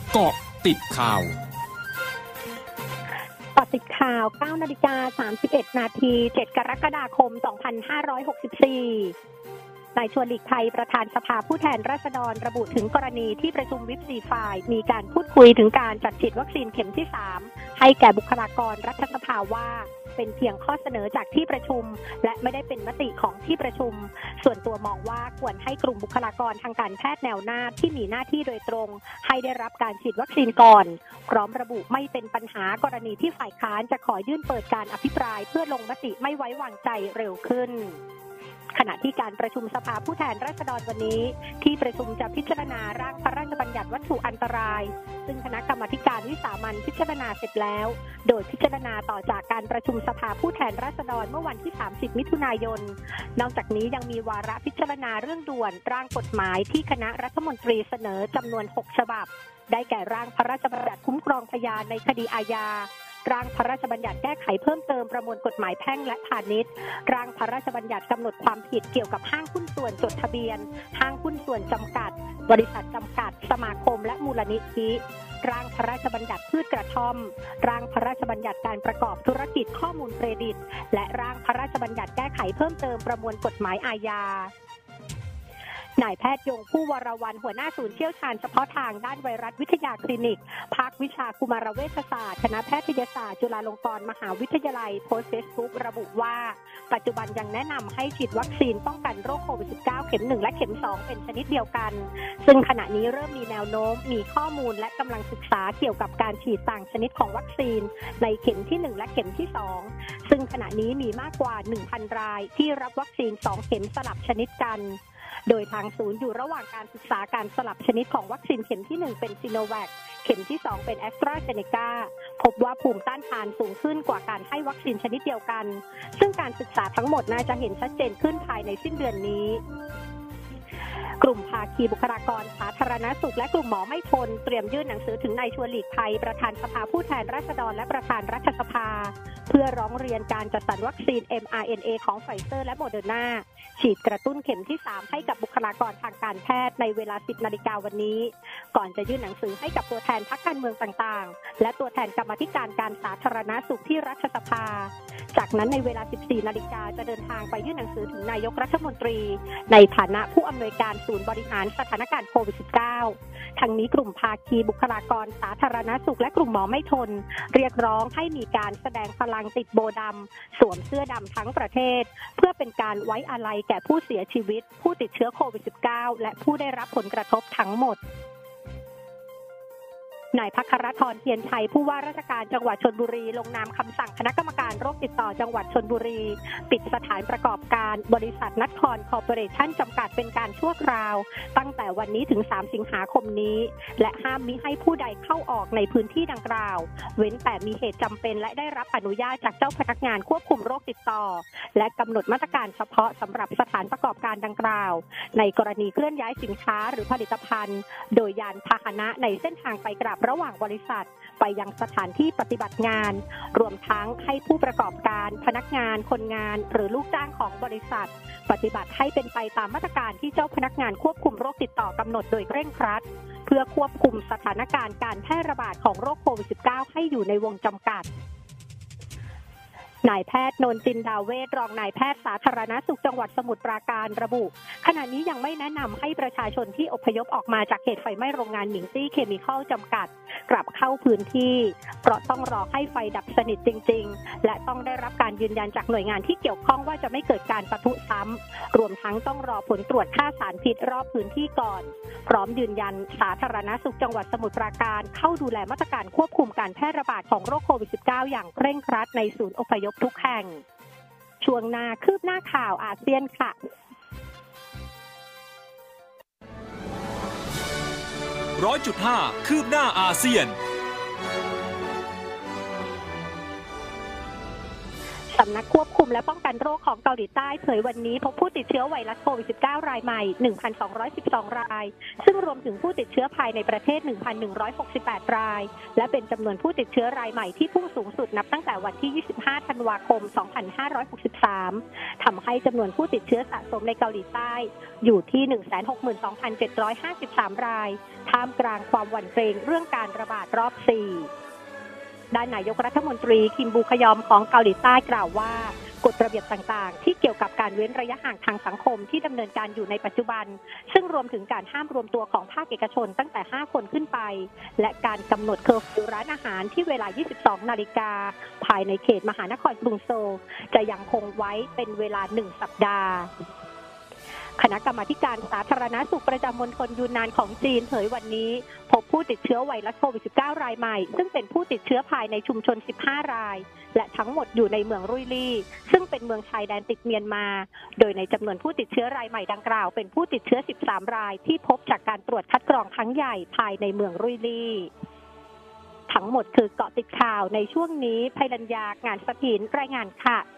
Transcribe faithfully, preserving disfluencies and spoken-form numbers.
เกาะติดข่าวเกาะติดข่าว เก้านาฬิกาสามสิบเอ็ดนาที เจ็ดกรกฎาคม สองพันห้าร้อยหกสิบสี่ นายชวนหลีกภัยประธานสภาผู้แทนราษฎรระบุถึงกรณีที่ประชุมวิปสี่ฝ่ายมีการพูดคุยถึงการจัดฉีดวัคซีนเข็มที่ สาม ให้แก่บุคลากรรัฐสภาว่าเป็นเพียงข้อเสนอจากที่ประชุมและไม่ได้เป็นมติของที่ประชุมส่วนตัวมองว่าควรให้กลุ่มบุคลากรทางการแพทย์แนวหน้าที่มีหน้าที่โดยตรงให้ได้รับการฉีดวัคซีนก่อนพร้อมระบุไม่เป็นปัญหากรณีที่ฝ่ายค้านจะขอยื่นเปิดการอภิปรายเพื่อลงมติไม่ไว้วางใจเร็วขึ้นขณะที่การประชุมสภาผู้แทนราษฎรวันนี้ที่ประชุมจะพิจารณาร่างพระราชบัญญัติวัตถุอันตรายซึ่งคณะกรรมาการวิสามัญพิจารณาเสร็จแล้วโดยพิจารณาต่อจากการประชุมสภาผู้แทนราษฎรเมื่อวันที่สามสิบมิถุนายนนอกจากนี้ยังมีวาระพิจารณาเรื่องด่วนร่างกฎหมายที่คณะรัฐมนตรีเสนอจำนวนหกฉบับได้แก่ร่างพระราชบัญญัติคุ้มครองพยานในคดีอาญาร่างพระราชบัญญัติแก้ไขเพิ่มเติมประมวลกฎหมายแพ่งและพาณิชย์ร่างพระราชบัญญัติกำหนดความผิดเกี่ยวกับห้างหุ้นส่วนจดทะเบียนห้างหุ้นส่วนจำกัดบริษัทจำกัดสมาคมและมูลนิธิร่างพระราชบัญญัติพืชกระท่อมร่างพระราชบัญญัติการประกอบธุรกิจข้อมูลเครดิตและร่างพระราชบัญญัติแก้ไขเพิ่มเติมประมวลกฎหมายอาญานายแพทย์ยงผู้วรวรรณหัวหน้าศูนย์เชี่ยวชาญเฉพาะทางด้านไวรัสวิทยาคลินิกภาควิชากุมารเวชศาสตร์คณะแพทยศาสตร์จุฬาลงกรณ์มหาวิทยาลัยโพสต์เฟซบุ๊กระบุว่าปัจจุบันยังแนะนำให้ฉีดวัคซีนป้องกันโรคโควิด สิบเก้า เข็มหนึ่งและเข็มสองเป็นชนิดเดียวกันซึ่งขณะนี้เริ่มมีแนวโน้มมีข้อมูลและกำลังศึกษาเกี่ยวกับการฉีดต่างชนิดของวัคซีนในเข็มที่หนึ่งและเข็มที่สองซึ่งขณะนี้มีมากกว่า หนึ่งพัน รายที่รับวัคซีนสองเข็มสลับชนิดกันโดยทางศูนย์อยู่ระหว่างการศึกษาการสลับชนิดของวัคซีนเข็มที่หนึ่งเป็นซิโนแวคเข็มที่สองเป็นแอสตราเซเนกาพบว่าภูมิต้านทานสูงขึ้นกว่าการให้วัคซีนชนิดเดียวกันซึ่งการศึกษาทั้งหมดน่าจะเห็นชัดเจนขึ้นภายในสิ้นเดือนนี้กลุ่มภาคีบุคลากรสาธารณสุขและกลุ่มหมอไม่ทนเตรียมยื่นหนังสือถึงนายชวนหลีกภัยประธานสภาผู้แทนราษฎรและประธานรัฐสภาเพื่อร้องเรียนการจัดสรรวัคซีน เอ็ม อาร์ เอ็น เอ ของไฟเซอร์และโมเดอร์นาฉีดกระตุ้นเข็มที่สามให้กับบุคลากรทางการแพทย์ในเวลา สิบนาฬิกาวันนี้ก่อนจะยื่นหนังสือให้กับตัวแทนพรรคการเมืองต่างๆและตัวแทนกรรมาธิการการสาธารณสุขที่รัฐสภาจากนั้นในเวลา สิบสี่นาฬิกาจะเดินทางไปยื่นหนังสือถึงนายกรัฐมนตรีในฐานะผู้อำนวยการศูนย์บริหารสถานการณ์โควิด สิบเก้า ทั้งนี้กลุ่มภาคีบุคลากรสาธารณสุขและกลุ่มหมอไม่ทนเรียกร้องให้มีการแสดงพลังติดโบดำสวมเสื้อดำทั้งประเทศเพื่อเป็นการไว้อาลัยแก่ผู้เสียชีวิตผู้ติดเชื้อโควิด สิบเก้า และผู้ได้รับผลกระทบทั้งหมดนายภัครธรเทียนชัยผู้ว่าราชการจังหวัดชลบุรีลงนามคำสั่งคณะกรรมการโรคติดต่อจังหวัดชลบุรีปิดสถานประกอบการบริษัทนัทคอนคอร์ปอเรชั่นจำกัดเป็นการชั่วคราวตั้งแต่วันนี้ถึงสามสิงหาคมนี้และห้ามมิให้ผู้ใดเข้าออกในพื้นที่ดังกล่าวเว้นแต่มีเหตุจำเป็นและได้รับอนุญาตจากเจ้าพนักงานควบคุมโรคติดต่อและกำหนดมาตรการเฉพาะสำหรับสถานประกอบการดังกล่าวในกรณีเคลื่อนย้ายสินค้าหรือผลิตภัณฑ์โดยยานพาหนะในเส้นทางไปกลับระหว่างบริษัทไปยังสถานที่ปฏิบัติงานรวมทั้งให้ผู้ประกอบการพนักงานคนงานหรือลูกจ้างของบริษัทปฏิบัติให้เป็นไปตามมาตรการที่เจ้าพนักงานควบคุมโรคติดต่อกำหนดโดยเคร่งครัดเพื่อควบคุมสถานการณ์การแพร่ระบาดของโรคโควิด สิบเก้า ให้อยู่ในวงจำกัดนายแพทย์นนท์จินดาเวชรองนายแพทย์สาธารณสุขจังหวัดสมุทรปราการระบุขณะนี้ยังไม่แนะนำให้ประชาชนที่อพยพออกมาจากเหตุไฟไหม้โรงงานหมิงตี้เคมีคอลจำกัดกลับเข้าพื้นที่เพราะต้องรอให้ไฟดับสนิทจริงๆและต้องได้รับการยืนยันจากหน่วยงานที่เกี่ยวข้องว่าจะไม่เกิดการปะทุซ้ำรวมทั้งต้องรอผลตรวจค่าสารพิษรอบพื้นที่ก่อนพร้อมยืนยันสาธารณสุขจังหวัดสมุทรปราการเข้าดูแลมาตรการควบคุมการแพร่ระบาดของโรคโควิด สิบเก้า อย่างเคร่งครัดในศูนย์อพยพทุกแห่งช่วงหน้าคืบหน้าข่าวอาเซียนค่ะร้อยจุดห้าคืบหน้าอาเซียนสำนักควบคุมและป้องกันโรคของเกาหลีใต้เผยวันนี้พบผู้ติดเชื้อไวรัสโควิด สิบเก้า รายใหม่ หนึ่งพันสองร้อยสิบสอง รายซึ่งรวมถึงผู้ติดเชื้อภายในประเทศ หนึ่งพันหนึ่งร้อยหกสิบแปด รายและเป็นจำนวนผู้ติดเชื้อรายใหม่ที่พุ่งสูงสุดนับตั้งแต่วันที่ ยี่สิบห้า ธันวาคม สองพันห้าร้อยหกสิบสาม ทำให้จำนวนผู้ติดเชื้อสะสมในเกาหลีใต้อยู่ที่ หนึ่งแสนหกหมื่นสองพันเจ็ดร้อยห้าสิบสาม รายท่ามกลางความหวั่นเกรงเรื่องการระบาดรอบสี่ด้านนายกรัฐมนตรีคิมบูคยอมของเกาหลีใต้กล่าวว่ากฎระเบียบต่างๆที่เกี่ยวกับการเว้นระยะห่างทางสังคมที่ดำเนินการอยู่ในปัจจุบันซึ่งรวมถึงการห้ามรวมตัวของภาคเอกชนตั้งแต่ห้าคนขึ้นไปและการกำหนดเคอร์ฟิวร้านอาหารที่เวลา ยี่สิบสอง นาฬิกาภายในเขตมหานครกรุงโซลจะยังคงไว้เป็นเวลาหนึ่งสัปดาห์คณะกรรมาการสาธารณสุขประจำมณฑลยูนนานของจีนเผยวันนี้พบผู้ติดเชื้อไวรัสโควิด สิบเก้า รายใหม่ซึ่งเป็นผู้ติดเชื้อภายในชุมชน สิบห้า รายและทั้งหมดอยู่ในเมืองรุยลี่ซึ่งเป็นเมืองชายแดนติดเมียนมาโดยในจำนวนผู้ติดเชื้อรายใหม่ดังกล่าวเป็นผู้ติดเชื้อ สิบสาม รายที่พบจากการตรวจคัดกรองครั้งใหญ่ภายในเมืองรุยลี่ทั้งหมดคือเกาะติดข่าวในช่วงนี้ภัยรัญญางานสถินรายงานค่ะ